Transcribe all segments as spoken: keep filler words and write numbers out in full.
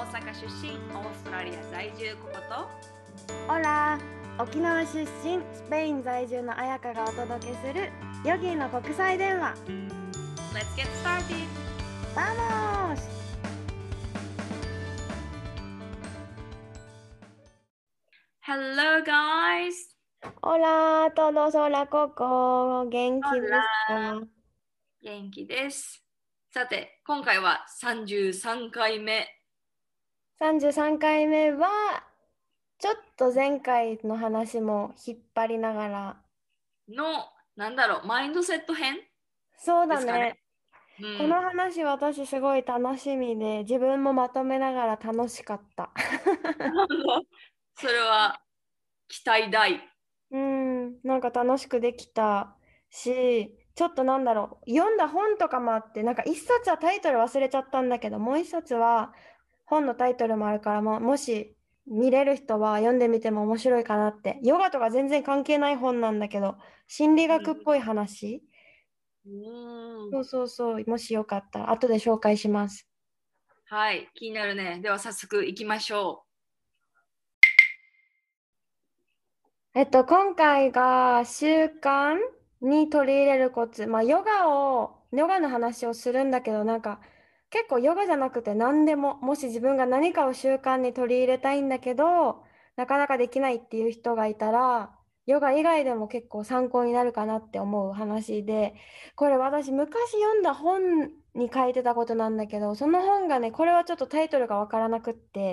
阪出身、オーストラリア在住ココとオラ沖縄出身、スペイン在住の彩香がお届けするヨギーの国際電話。 Let's get started! ¡Vamos! Hello guys! Hola todos, hola Coco, 元気ですか？ 元気です。さて、今回はさんじゅうさんかいめ。 さんじゅうさんかいめはちょっと前回の話も引っ張りながらの、なんだろう、マインドセット編そうだですかね。 ね、 うん、 この話私すごい楽しみで自分もまとめながら楽しかったそれは期待大。 うん、なんか楽しくできたし、ちょっとなんだろう、読んだ本とかもあって、なんか一冊はタイトル忘れちゃったんだけど、もう一冊は本のタイトルもあるから、ももし見れる人は読んでみても面白いかなって。ヨガとか全然関係ない本なんだけど、心理学っぽい話。 うん、 そうそうそう、もしよかったら後で紹介します。 はい、気になるね。では早速行きましょえっと、今回が習慣に取り入れるコツ、まあ、ヨガを、ヨガの話をするんだけど、なんか結構ヨガじゃなくて何でも、もし自分が何かを習慣に取り入れたいんだけど、なかなかできないっていう人がいたら、ヨガ以外でも結構参考になるかなって思う話で、これ私昔読んだ本に書いてたことなんだけど、その本がね、これはちょっとタイトルがわからなくって、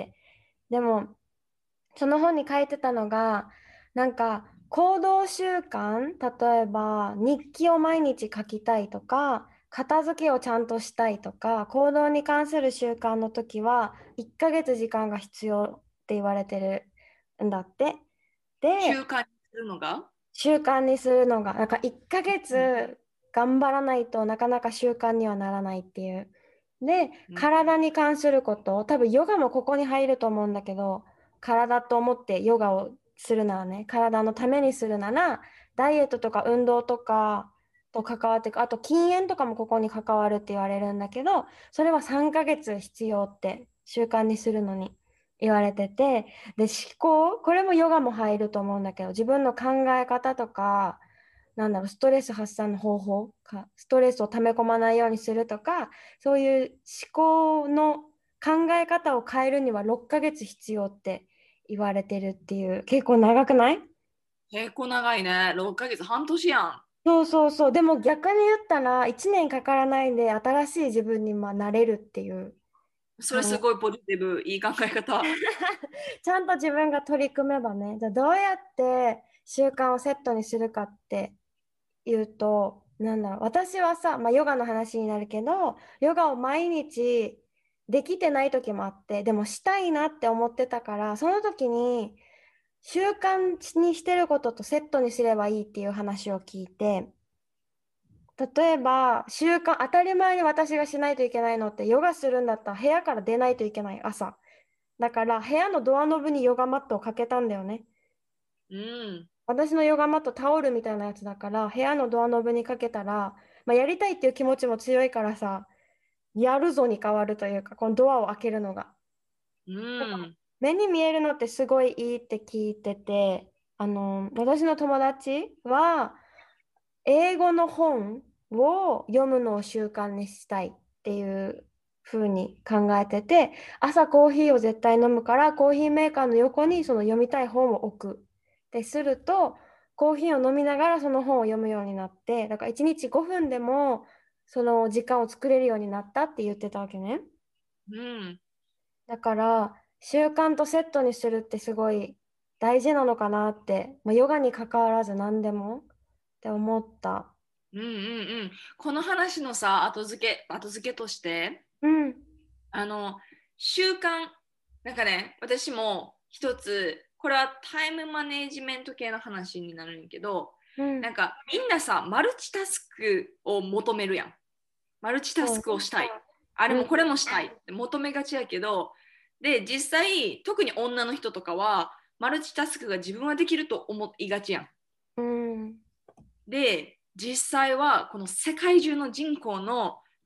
でも、その本に書いてたのが、なんか行動習慣、例えば日記を毎日書きたいとか、片付けをちゃんとしたいとか、行動に関する習慣の時はいっかげつ時間が必要って言われてるんだって。 う。習で、 慣にするのが、 習慣にするのが、なんかいっかげうんつ頑張らないとなかなか習慣にはならないっていう。で、 うん、 体に関すること、多分ヨガもここに入ると思うんだけど、体と思ってヨガをするならね、体のためにするなら、ダイエットとか運動とかと関わっていく、あと禁煙とかもここに関わるって言われるんだけど、それはさんかげつ必要って習慣にするのに言われてて、で、思考、これもヨガも入ると思うんだけど、自分の考え方とか、なんだろう、ストレス発散の方法か、ストレスを溜め込まないようにするとか、そういう思考の考え方を変えるにはろっかげつ必要って言われてるっていう、結構長くない？ 結構長いね。ろっかげつ、半年やん。 そうそうそう。でも逆に言ったら、いちねんかからないで新しい自分にまあなれるっていう考え。 それすごいポジティブ、いい考え方。 ちゃんと自分が取り組めばね、じゃあどうやって習慣をセットにするかっていうと、なんだろう、私はさ、まあ、ヨガの話になるけど、ヨガを毎日できてない時もあって、でもしたいなって思ってたから、その時に習慣にしてることとセットにすればいいっていう話を聞いて、例えば習慣、当たり前に私がしないといけないのって、ヨガするんだったら部屋から出ないといけない朝。だから部屋のドアノブにヨガマットをかけたんだよね。 うん。 私のヨガマットタオルみたいなやつだから部屋のドアノブにかけたら、まあ、やりたいっていう気持ちも強いからさ、やるぞに変わるというか、このドアを開けるのが。 うだからん。 目に見えるのってすごいいいって聞いてて、あの私の友達は英語の本を読むのを習慣にしたいっていう風に考えてて、朝コーヒーを絶対飲むからコーヒーメーカーの横にその読みたい本を置くってすると、コーヒーを飲みながらその本を読むようになって、だからいちにちごふんでもその時間を作れるようになったって言ってたわけね。 うん。 だから習慣とセットにするってすごい大事なのかなって、まあ、ヨガに関わらず何でもって思った。 うんうんうん。この話のさ、後付け、後付けとして、 うん。 あの、習慣、なんかね、私も一つ、これはタイムマネジメント系の話になるんやけど、 うん。 なんかみんなさ、マルチタスクを求めるやん。マルチタスクをしたい。あれうん。 もこれもしたいって求めがちやけど、で、実際、特に女の人とかは、マルチタスクが自分はできると思いがちやん。 うん。 で、実際はこの世界中の人口の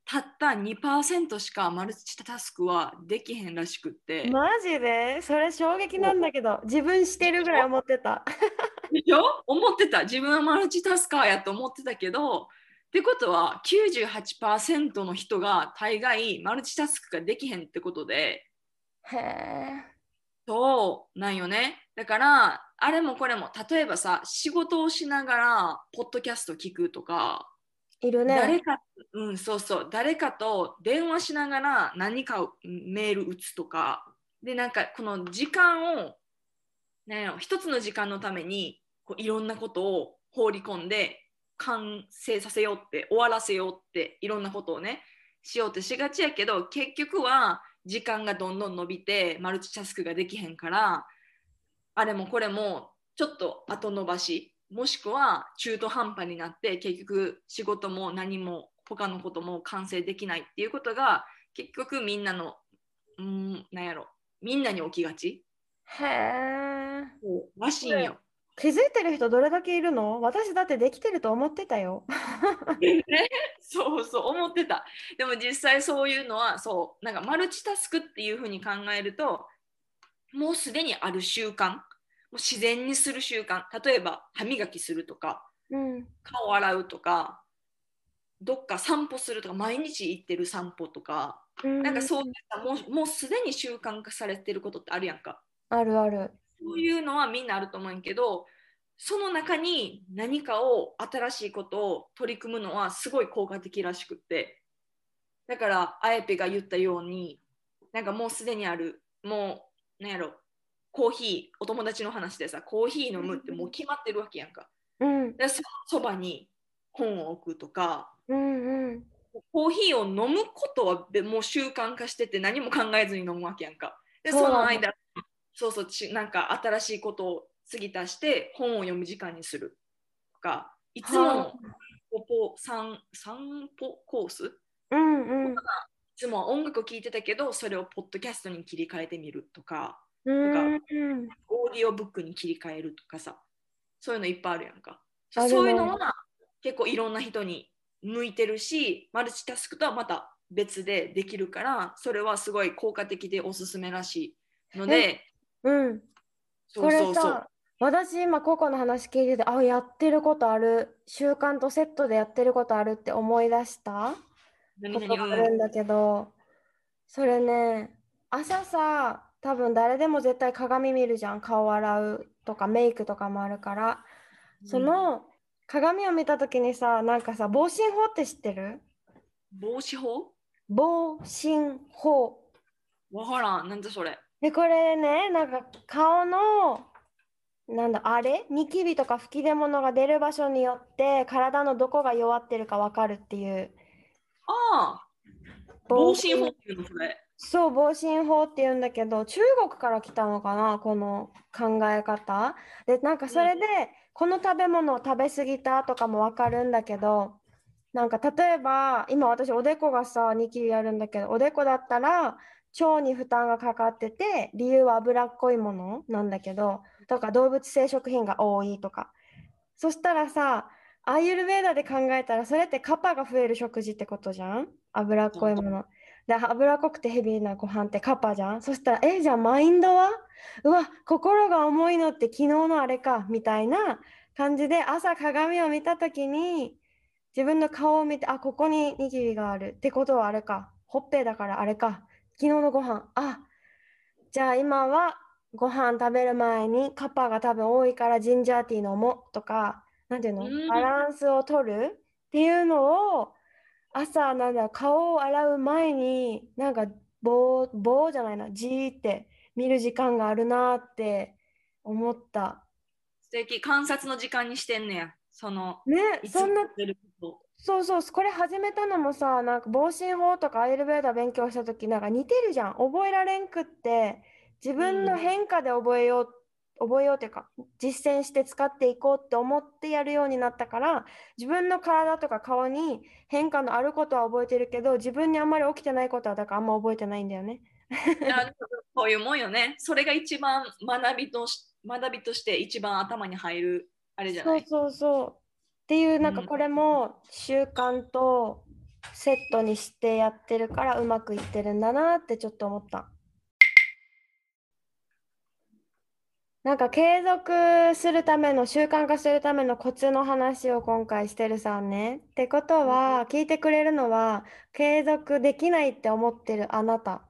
たったにパーセントしかマルチタスクはできへんらしくって。 マジでそれ衝撃なんだけど、自分してるぐらい思ってた。 でしょ？思ってた。自分はマルチタスカーやと思ってたけど、ってことはきゅうじゅうはちパーセントの人が大概マルチタスクができへんってことで、 へえ。 そうなんよね。だから、あれもこれも、例えばさ、仕事をしながら、ポッドキャスト聞くとか、 いるね。 誰か、うん、そうそう、誰かと電話しながら何かをメール打つとか、で、なんか、この時間を、なんやろ、一つの時間のために、こういろんなことを放り込んで、完成させようって、終わらせようって、いろんなことをね、しようってしがちやけど、結局は時間がどんどん伸びて、マルチタスクができへんから、あれもこれもちょっと後延ばし、もしくは中途半端になって結局仕事も何も他のことも完成できないっていうことが結局みんなの、うん、なんやろ、みんなに起きがちへえ。 らしいんよ。 気づいてる人どれだけいるの？私だってできてると思ってたよ。 ね、そうそう思ってた。でも実際そういうのはそうなんかマルチタスクっていうふうに考えるともうすでにある習慣、もう自然にする習慣、例えば歯磨きするとかうん。 顔洗うとかどっか散歩するとか毎日行ってる散歩とかうん。 なんかそういったもう、もうすでに習慣化されてることってあるやんか。 あるある。 そういうのはみんなあると思うんやけどその中に何かを新しいことを取り組むのはすごい効果的らしくってだからあやぺが言ったようになんかもうすでにあるもうなんやろコーヒーお友達の話でさコーヒー飲むってもう決まってるわけやんか。 うん。 でそのそばに本を置くとかうんうん。 コーヒーを飲むことはもう習慣化してて何も考えずに飲むわけやんか。でそうなの。 その間そうそうちなんか新しいことを次足して本を読む時間にするとかいつものはあ。 散歩散散歩コースいうんうん。 つもは音楽を聴いてたけどそれをポッドキャストに切り替えてみるとかうなんかん。 オーディオブックに切り替えるとかさそういうのいっぱいあるやんか。 あるね。 そういうのは結構いろんな人に向いてるしマルチタスクとはまた別でできるからそれはすごい効果的でおすすめらしいのえ、 でうん。 そうこれそうそう。 さ、私今ココの話聞いてて、あ、やってることある。習慣とセットでやってることあるって思い出したこと何々うん。 があるんだけど、それね、朝さ、多分誰でも絶対鏡見るじゃん。顔洗うとかメイクとかもあるから。そうん、 の鏡を見た時にさ、なんかさ、防振法って知ってる？ 防止法防振法。 わからん。なんだそれ。 で、これね、なんか顔の、なんだ、あれニキビとか吹き出物が出る場所によって体のどこが弱ってるかわかるっていうああ、防振法っ防振、 ていうのそれ。 そう、防振法って言うんだけど、中国から来たのかな、この考え方。で、なんかそうん。 れで、この食べ物を食べ過ぎたとかもわかるんだけど、なんか例えば、今私おでこがさ、ニキビあるんだけど、おでこだったら腸に負担がかかってて、理由は脂っこいものなんだけど、とか動物性食品が多いとか。そしたらさ、アーユルヴェーダで考えたら、それってカパが増える食事ってことじゃん、脂っこいもの。で、脂っこくてヘビーなご飯ってカパじゃん。そしたら、え、じゃあマインドはうわ、心が重いのって昨日のあれか、みたいな感じで、朝鏡を見たときに、自分の顔を見て、あ、ここにニキビがあるってことはあれか。ほっぺだからあれか。昨日のご飯。あ、じゃあ今はご飯食べる前にカッパが多分多いからジンジャーティー飲もうとか、なんていううのバん。 ランスを取るっていうのを朝なんだ顔を洗う前になんか棒、棒じゃないな、じーって見る時間があるなって思った。 素敵。観察の時間にしてんねや。その、 ね、 いつもそんな、 やってるこそうそう、これ始めたのもさ、なんか防振法とかアイルベーダ勉強した時なんか似てるじゃん。覚えられんくって自と。う分のん。 変化で覚えよう、覚えようっていうか実践して使っていこうって思ってやるようになったから、自分の体とか顔に変化のあることは覚えてるけど、自分にあんまり起きてないことはだからあんま覚えてないんだよね。 いや、でもそういうもんよね。それが一番学びとし、学びとして一番頭に入るあれじゃない。 そうそうそう。っていう、 うん。 なんかこれも習慣とセットにしてやってるからうまくいってるんだなってちょっと思った。なんか継続するための習慣化するためのコツの話を今回してるさんね。ってことは聞いてくれるのは継続できないって思ってるあなた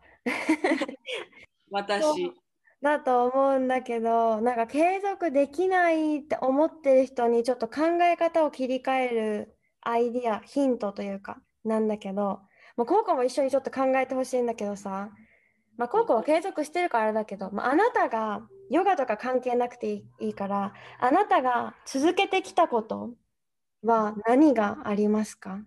私。 だと思うんだけど、なんか継続できないって思ってる人にちょっと考え方を切り替えるアイディア、ヒントというかなんだけど、もうコウコも一緒にちょっと考えてほしいんだけどさ、まあ、コウコは継続してるからあれだけど、まあ、あなたがヨガとか関係なくていい、いいから、あなたが続けてきたことは何がありますか？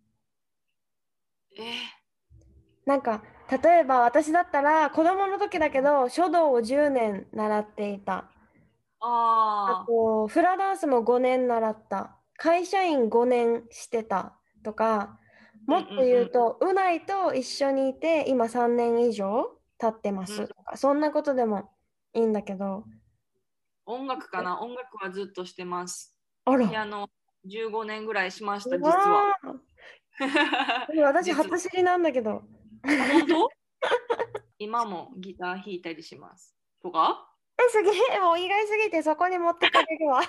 えー、 なんか例えば私だったら子供の時だけど書道をじゅうねん習っていた。あああ、 とフラダンスもごねん習った。会社員ごねんしてたとか、 うんうもっと言うんとうないと一緒にいて今さんねん以上経ってまうん。うん、 すとか、そんなことでもいいんだけど。 音楽かな。音楽はずっとしてます。 あら、 ピアノじゅうごねんぐらいしました、 うわ実は。 ー、でも私実は。 初知りなんだけど。 あ、本当？今もギター弾いたりします。とかえ、すげえ、もう意外すぎてそこに持ってかれるわ。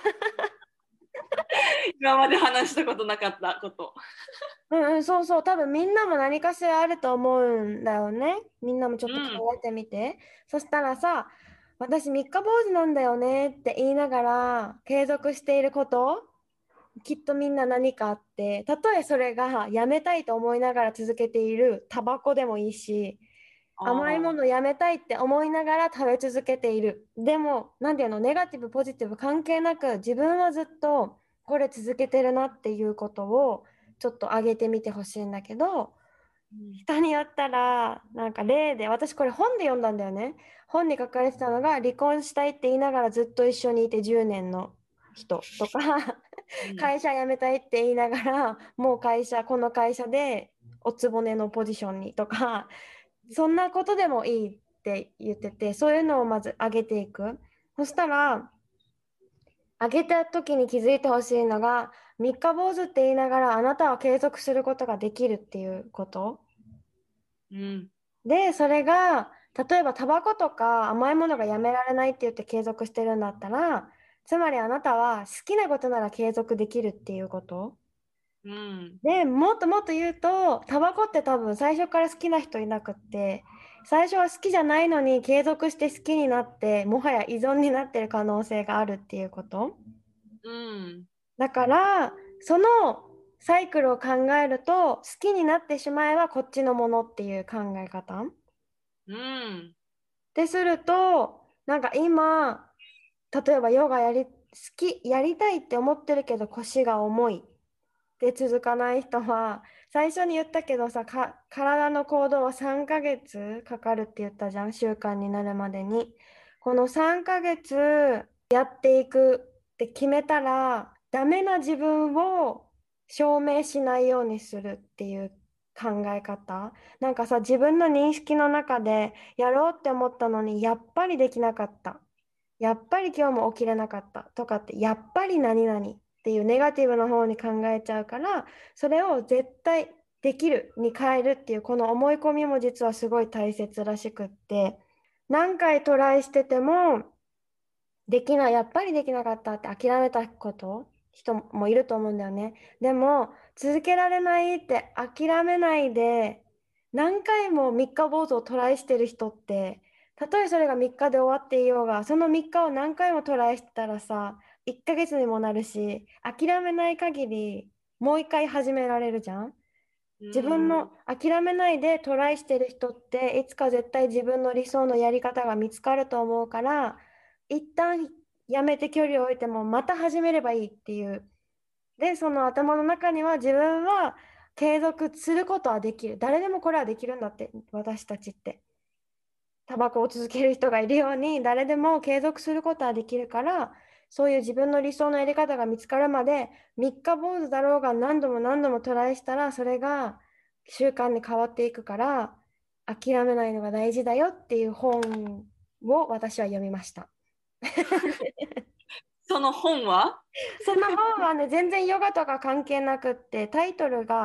今まで話したことなかったこと。 うんうん、そうそう、多分みんなも何かしらあると思うんだよね。みんなもちょっと考うん。 えてみて。そしたらさ、私三日坊主なんだよねって言いながら継続していること、きっとみんな何かあって、たとえそれがやめたいと思いながら続けているタバコでもいいし、 あ甘いもあ。 のやめたいって思いながら食べ続けている。でも、なんていうの、ネガティブ、ポジティブ関係なく、自分はずっとこれ続けてるなっていうことをちょっと上げてみてほしいんだけど、 うん。 人によったら、なんか例で、私これ本で読んだんだよね。本に書かれてたのが、離婚したいって言いながらずっと一緒にいてじゅうねんの人とか、 うん。 会社辞めたいって言いながら、もう会社、この会社でおつぼねのポジションにとか、そんなことでもいいって言ってて、そういうのをまず上げていく。そしたら、上げた時に気づいてほしいのが、三日坊主って言いながらあなたは継続することができるっていうこと。 うん。 で、それが、例えばタバコとか甘いものがやめられないって言って継続してるんだったら、つまりあなたは好きなことなら継続できるっていうこと。 うん。 で、もっともっと言うと、タバコって多分最初から好きな人いなくって、最初は好きじゃないのに継続して好きになって、もはや依存になってる可能性があるっていうこと。 うん。 だから、そのサイクルを考えると、好きになってしまえばこっちのものっていう考え方。 うん。 ってすると、なんか今、例えばヨガやり、好き、やりたいって思ってるけど腰が重い。で続かない人は最初に言ったけどさか体の行動はさんかげつかかるって言ったじゃん、習慣になるまでに。このさんかげつやっていくって決めたらダメな自分を証明しないようにするっていう考え方。なんかさ、自分の認識の中でやろうって思ったのにやっぱりできなかった、やっぱり今日も起きれなかったとかって、やっぱり何々っていうネガティブな方に考えちゃうから、それを絶対できるに変えるっていうこの思い込みも実はすごい大切らしくって、何回トライしててもできない、やっぱりできなかったって諦めたこと人もいると思うんだよね。でも続けられないって諦めないで何回も三日坊主をトライしてる人って、たとえそれがみっかで終わっていようが、そのみっかを何回もトライしてたらさ、いっかげつにもなるし、諦めない限りもう一回始められるじゃん。 う自分ん。 の諦めないでトライしてる人っていつか絶対自分の理想のやり方が見つかると思うから、一旦やめて距離を置いてもまた始めればいいっていう。でその頭の中には自分は継続することはできる、誰でもこれはできるんだって。私たちってタバコを続ける人がいるように誰でも継続することはできるから、そういう自分の理想のやり方が見つかるまで三日坊主だろうが何度も何度もトライしたらそれが習慣に変わっていくから、諦めないのが大事だよっていう本を私は読みました。 その本は？ その本はね、全然ヨガとか関係なくって、タイトルが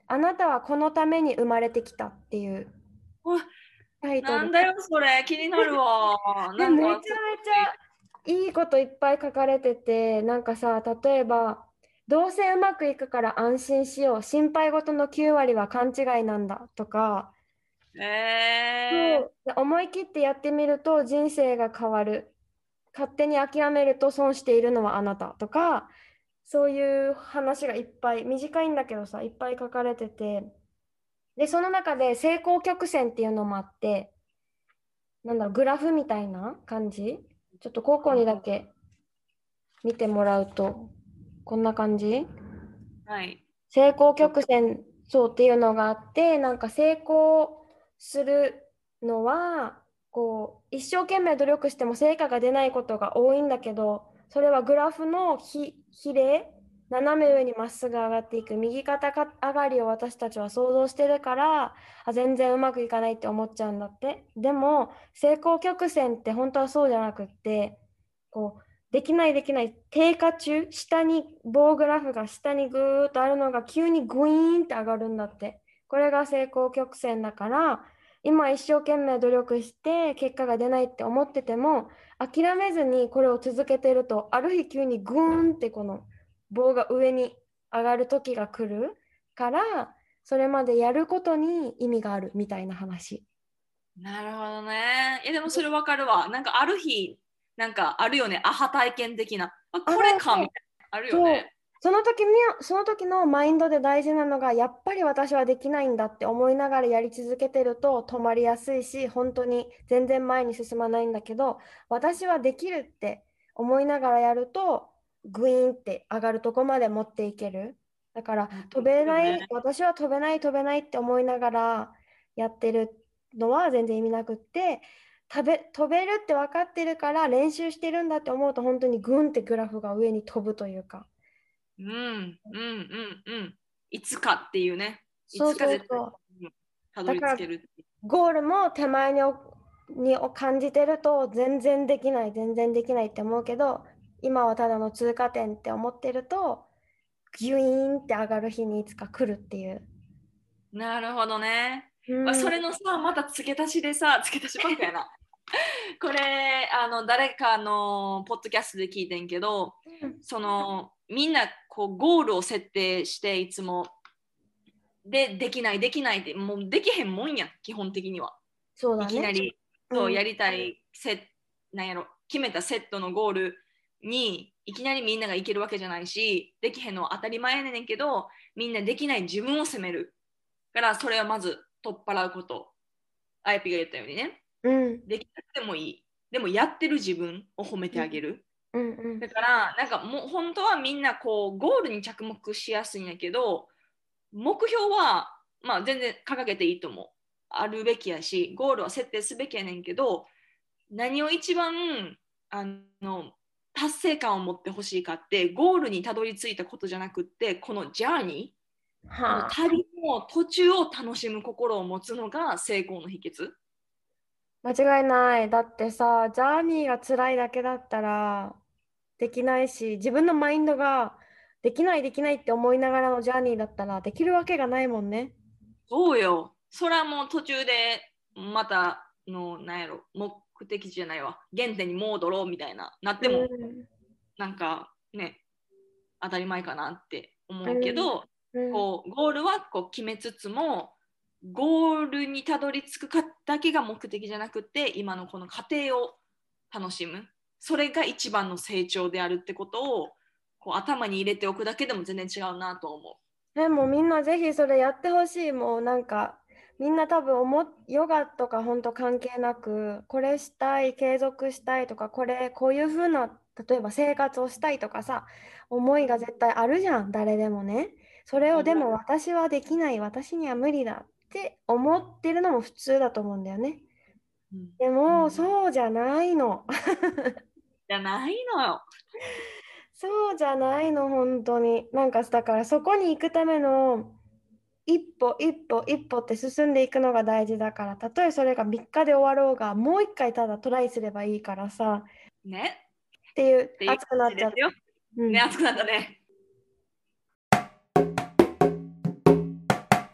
あなたはこのために生まれてきたっていうタイトル。 なんだよそれ、気になるわ。 で、 なんめちゃめかすごい。 ちゃいいこといっぱい書かれてて、なんかさ、例えば、どうせうまくいくから安心しよう。心配事のきゅう割は勘違いなんだとか、そえうで思い切ってやってみると人生が変わる。勝手に諦めると損しているのはあなたとか、そういう話がいっぱい、短いんだけどさ、いっぱい書かれてて、で、その中で成功曲線っていうのもあって、なんだろう、グラフみたいな感じ。ちょっとここにだけ見てもらうと、こんな感じ。 ー、はい。 成功曲線、そうっていうのがあって、なんか成功するのは、こう、一生懸命努力しても成果が出ないことが多いんだけど、それはグラフの比、比例、斜め上にまっすぐ上がっていく、右肩か上がりを私たちは想像してるから、あ、全然うまくいかないって思っちゃうんだって。でも、成功曲線って本当はそうじゃなくって、こう、できないできない低下中、下に棒グラフが下にぐーっとあるのが急にグイーンって上がるんだって。これが成功曲線だから、今一生懸命努力して結果が出ないって思ってても、諦めずにこれを続けてると、ある日急にグーンってこの棒が上に上がる時が来るから、それまでやることに意味があるみたいな話。 なるほどね。いやでもそれわかるわ。なんかある日、なんかあるよね。アハ体験的な。あ、 あ、 これかそうみたいな。あるよそう。 ね。 その時に、その時のマインドで大事なのが、やっぱり私はできないんだって思いながらやり続けてると止まりやすいし、本当に全然前に進まないんだけど、私はできるって思いながらやると、グイーンって上がるとこまで持っていける。だから持って飛いくよね。 べない、私は飛べない飛べないって思いながらやってるのは全然意味なくって、飛べ、飛べるって分かってるから練習してるんだって思うと本当にグンってグラフが上に飛ぶというか。 うん、うん、うん、うん。いつかっていうね。いそうつか絶対そうそう。 うんたどだからり着けるっていう。 ゴールも手前におに感じてると全然できない全然できないって思うけど、今はただの通過点って思ってるとギュイーンって上がる日にいつか来るっていう。 なるほどね。まあ、 うん。 それのさ、また付け足しでさ、付け足しばっかやな。これ、あの、誰かのポッドキャストで聞いてんけど、その、みんな、こう、ゴールを設定して、いつも、で、できない、できないって、もうできへんもんやん、基本的には。いそうだね。 きなり、そう、 うん。 やりたいセなんやろ、決めたセットのゴールに、いきなりみんながいけるわけじゃないし、できへんのは当たり前やねんけど、みんなできない自分を責める。から、それはまず取っ払うこと。あやぴが言ったようにね。 うん。 できなくてもいい。でも、やってる自分を褒めてあげる。 うんうん。 だから、なんかもう本当はみんなこうゴールに着目しやすいんやけど、目標は、まあ、全然掲げていいと思う。あるべきやし、ゴールは設定すべきやねんけど、何を一番あの達成感を持ってほしいかって、ゴールにたどり着いたことじゃなくって、このジャーニー、このはあ。 旅の途中を楽しむ心を持つのが成功の秘訣。 間違いない。だってさ、ジャーニーが辛いだけだったらできないし、自分のマインドができないできないって思いながらのジャーニーだったらできるわけがないもんね。 そうよ。それはもう途中でまたの、なんやろ、目的じゃないわ。原点に戻ろうみたいな、なっうても、 ん。 なんかね、当たり前かなって思うけうん。 ど、 うん。 こうゴールはこう決めつつも、ゴールにたどり着くかだけが目的じゃなくて、今のこの過程を楽しむ。それが一番の成長であるってことをこう頭に入れておくだけでも全然違うなと思え、もうみんなぜひそれやってほしい。もうなんか、みんな多分思っ、ヨガとか本当関係なく、これしたい、継続したいとか、これ、こういう風な、例えば生活をしたいとかさ、思いが絶対あるじゃん、誰でもね。それう。 をでも私はできない、私には無理だって思ってるのも普通だと思うんだよね。 うんでも、 うん、 そうじゃないの。 じゃないのよ。 そうじゃないの、本当に。なんか、だからそこに行くための一歩一歩一歩って進んでいくのが大事だから、たとえそれがみっかで終わろうが、もういっかいただトライすればいいからさ、 ね。 っていう、 っていう熱くなっちゃった。 感じですよ。ね、 うん。 熱くなったね。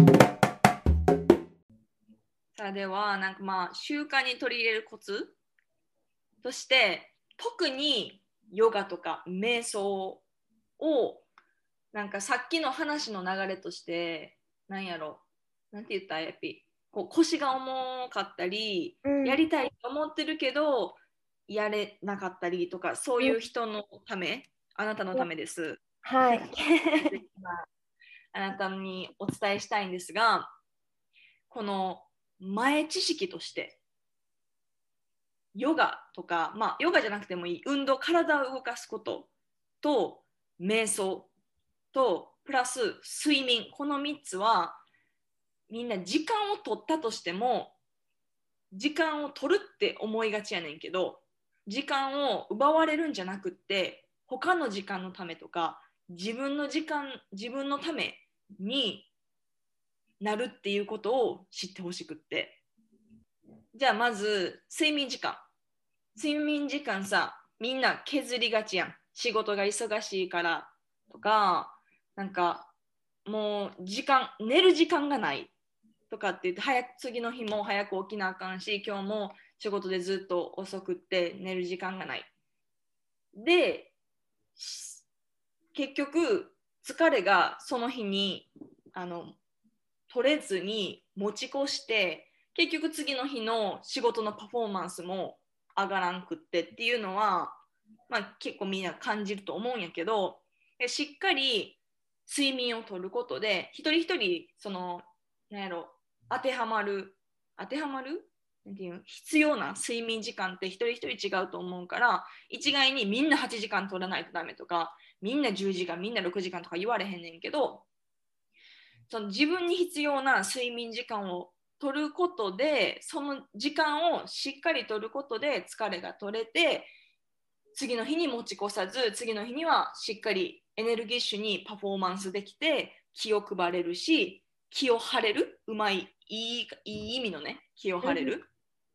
ではなんかまあ習慣に取り入れるコツとして特にヨガとか瞑想をなんかさっきの話の流れとしてなんやろなんて言ったらやっぱりこう腰が重かったりうん、 やりたいと思ってるけどやれなかったりとかそううん、 いう人のためあなたのためです。 はい。 あなたにお伝えしたいんですがこの前知識としてヨガとか、まあ、ヨガじゃなくてもいい運動、体を動かすことと瞑想とプラス睡眠、このみっつはみんな時間を取ったとしても時間を取るって思いがちやねんけど時間を奪われるんじゃなくって他の時間のためとか自分の時間自分のためになるっていうことを知ってほしくってじゃあまず睡眠時間睡眠時間さみんな削りがちやん仕事が忙しいからとかなんかもう時間寝る時間がないとかって言って早く次の日も早く起きなあかんし今日も仕事でずっと遅くって寝る時間がないで結局疲れがその日にあの取れずに持ち越して結局次の日の仕事のパフォーマンスも上がらんくってっていうのは、まあ、結構みんな感じると思うんやけどしっかり睡眠をとることで一人一人そのなんやろ当てはまる当てはまるなんていう必要な睡眠時間って一人一人違うと思うから一概にみんなはちじかん取らないとダメとかみんなじゅうじかんみんなろくじかんとか言われへんねんけどその自分に必要な睡眠時間を取ることでその時間をしっかり取ることで疲れが取れて次の日に持ち越さず次の日にはしっかりエネルギッシュにパフォーマンスできて気を配れるし気を張れるうまいいいいい意味のね気を張れる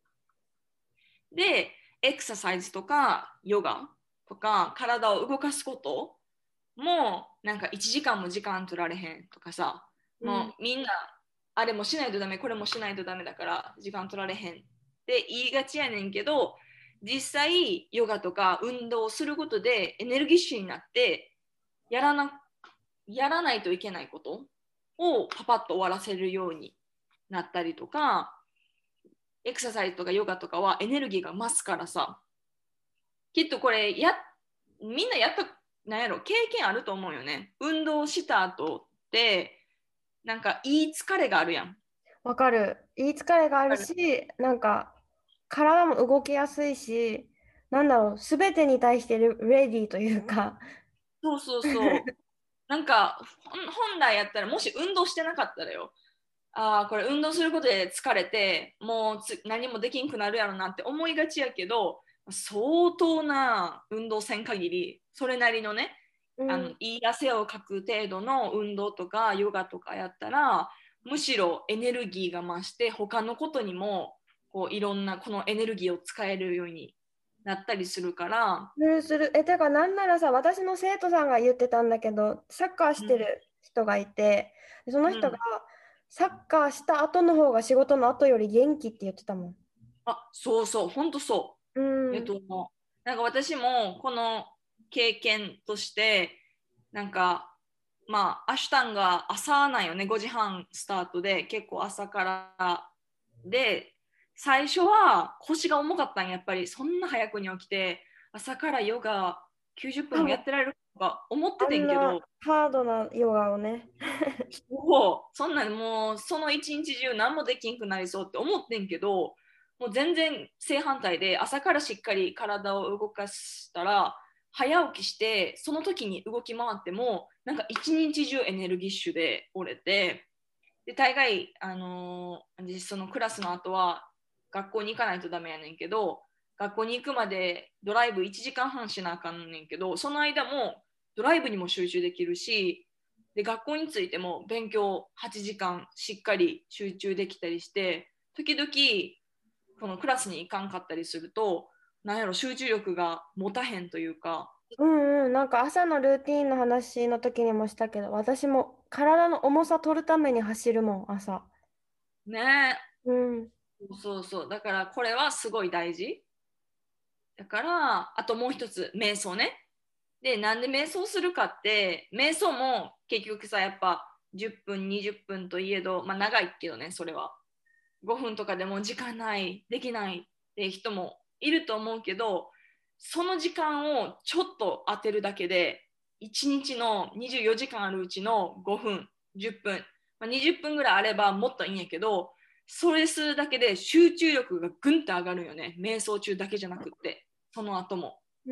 でエクササイズとかヨガとか体を動かすこともなんかいちじかんも時間取られへんとかさもうみんなあれもしないとダメこれもしないとダメだから時間取られへんって言いがちやねんけど実際ヨガとか運動をすることでエネルギッシュになってやらなやらないといけないことをパパッと終わらせるようになったりとかエクササイズとかヨガとかはエネルギーが増すからさきっとこれやみんなやったなんやろ経験あると思うよね運動した後ってなんかいい疲れがあるやんわかる。いい疲れがあるし、なんか体も動きやすいし、なんだろう、すべてに対してレレディーというか。 そうそうそうなんか本来やったらもし運動してなかったらよああこれ運動することで疲れてもうつ何もできんくなるやろなって思いがちやけど相当な運動せん限りそれなりのねあのうん、 いい汗をかく程度の運動とかヨガとかやったらむしろエネルギーが増して他のことにもこういろんなこのエネルギーを使えるようになったりするから、 するする。え、てか、なんならさ、私の生徒さんが言ってたんだけど、サッカーしうんてる人がいて、その人がうん、 サッカーした後の方が仕事の後より元気って言ってたもん。 あそうそう本当そう。 うん、 えっと、なんか私もこの経験としてなんかまあアシュタンが朝なんよねごじはんスタートで結構朝からで最初は腰が重かったんやっぱりそんな早くに起きて朝からヨガきゅうじゅっぷんもやってられるとか思ってあんなてんけどハードなヨガをね。 そうそんなんもうその一日中何もできんくなりそうって思ってんけどもう全然正反対で朝からしっかり体を動かしたら早起きしてその時に動き回ってもなんか一日中エネルギッシュで折れてで大概、あのーそのクラスの後は学校に行かないとダメやねんけど学校に行くまでドライブいちじかんはんしなあかんねんけどその間もドライブにも集中できるしで学校についても勉強はちじかんしっかり集中できたりして時々このクラスに行かんかったりするとなんやろ集中力が持たへんというかうんうん、なんか朝のルーティンの話の時にもしたけど、私も体の重さ取るために走るもん、朝。 ねうん。 そうそう。だからこれはすごい大事。だから、あともう一つ、瞑想ね。で、なんで瞑想するかって、瞑想も結局さ、やっぱじゅっぷん、にじゅっぷんといえど、まあ長いけどね、それは。ごふんとかでも時間ない、できないって人もいると思うけど、その時間をちょっと当てるだけで、いちにちのにじゅうよじかんあるうちのごふん、じゅっぷん、まあ、にじゅっぷんぐらいあればもっといいんやけど、それするだけで集中力がぐんと上がるよね。瞑想中だけじゃなくって、その後も。 うん。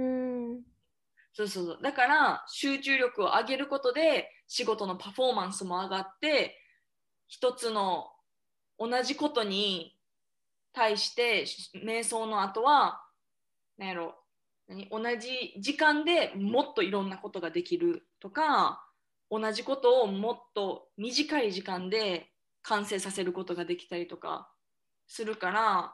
そうそうそう。だから集中力を上げることで仕事のパフォーマンスも上がって、一つの同じことに対して瞑想の後は何やろ何同じ時間でもっといろんなことができるとか、同じことをもっと短い時間で完成させることができたりとかするから、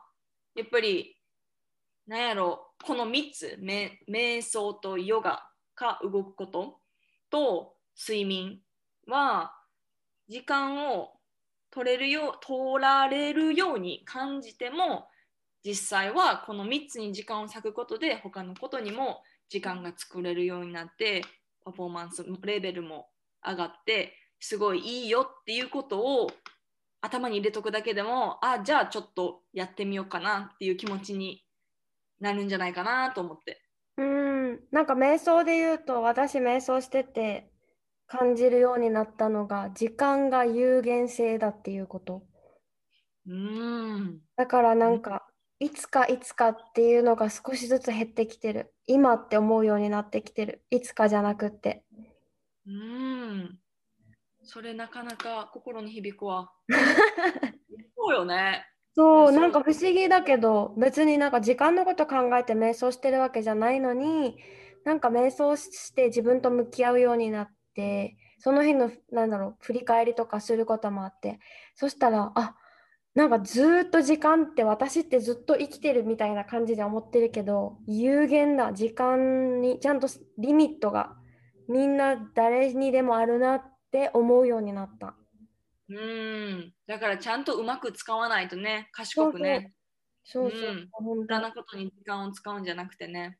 やっぱり何やろこのみっつ、瞑想とヨガか動くことと睡眠は時間を取れるよ取られるように感じても、実際はこのみっつに時間を割くことで他のことにも時間が作れるようになって、パフォーマンスレベルも上がってすごいいいよっていうことを頭に入れとくだけでも、あ、じゃあちょっとやってみようかなっていう気持ちになるんじゃないかなと思って。 うん。なんか瞑想で言うと、私瞑想してて感じるようになったのが、時間が有限性だっていうこと。 うーん。 だからなんか、いつかいつかっていうのが少しずつ減ってきてる。今って思うようになってきてる。いつかじゃなくって。 うーん。それなかなか心に響くわ。そうよね。いそう、なやそう。 んか不思議だけど、別になんか時間のこと考えて瞑想してるわけじゃないのに、なんか瞑想して自分と向き合うようになって、その日の、なんだろう、振り返りとかすることもあって、そしたら、あ、なんかずーっと時間って私ってずっと生きてるみたいな感じで思ってるけど、有限な時間にちゃんとリミットがみんな誰にでもあるなって思うようになった。 うーん。だからちゃんとうまく使わないとね、賢そうそう、 くね。うそうそう、 ん。 本当。 無駄なことに時間を使うんじゃなくてね。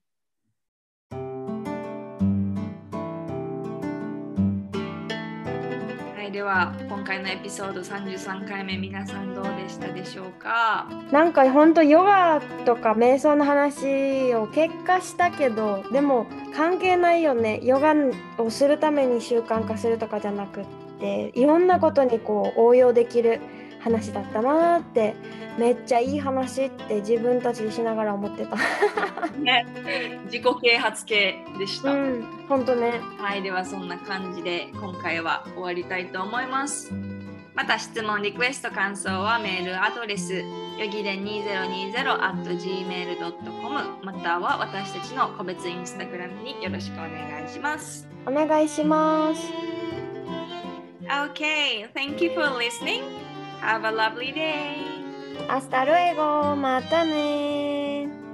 はい、では今回のエピソードさんじゅうさんかいめ、皆さんどうでしたでしょうか？ なんか本当ヨガとか瞑想の話を結果したけど、でも関係ないよね。ヨガをするために習慣化するとかじゃなくって、いろんなことにこう応用できる話だったなーって、めっちゃいい話って自分たちでしながら思ってた。 ね、自己啓発系でしうた。 ん、本当ね。 はい、ではそんな感じで今回は終わりたいと思います。また質問、リクエスト、感想はメールアドレスよぎれにせんにじゅう アット ジーメール ドット コム または私たちの個別インスタグラムによろしくお願いします。 お願いします。 Okay, thank you for listening. Have a lovely day. Hasta luego. またね。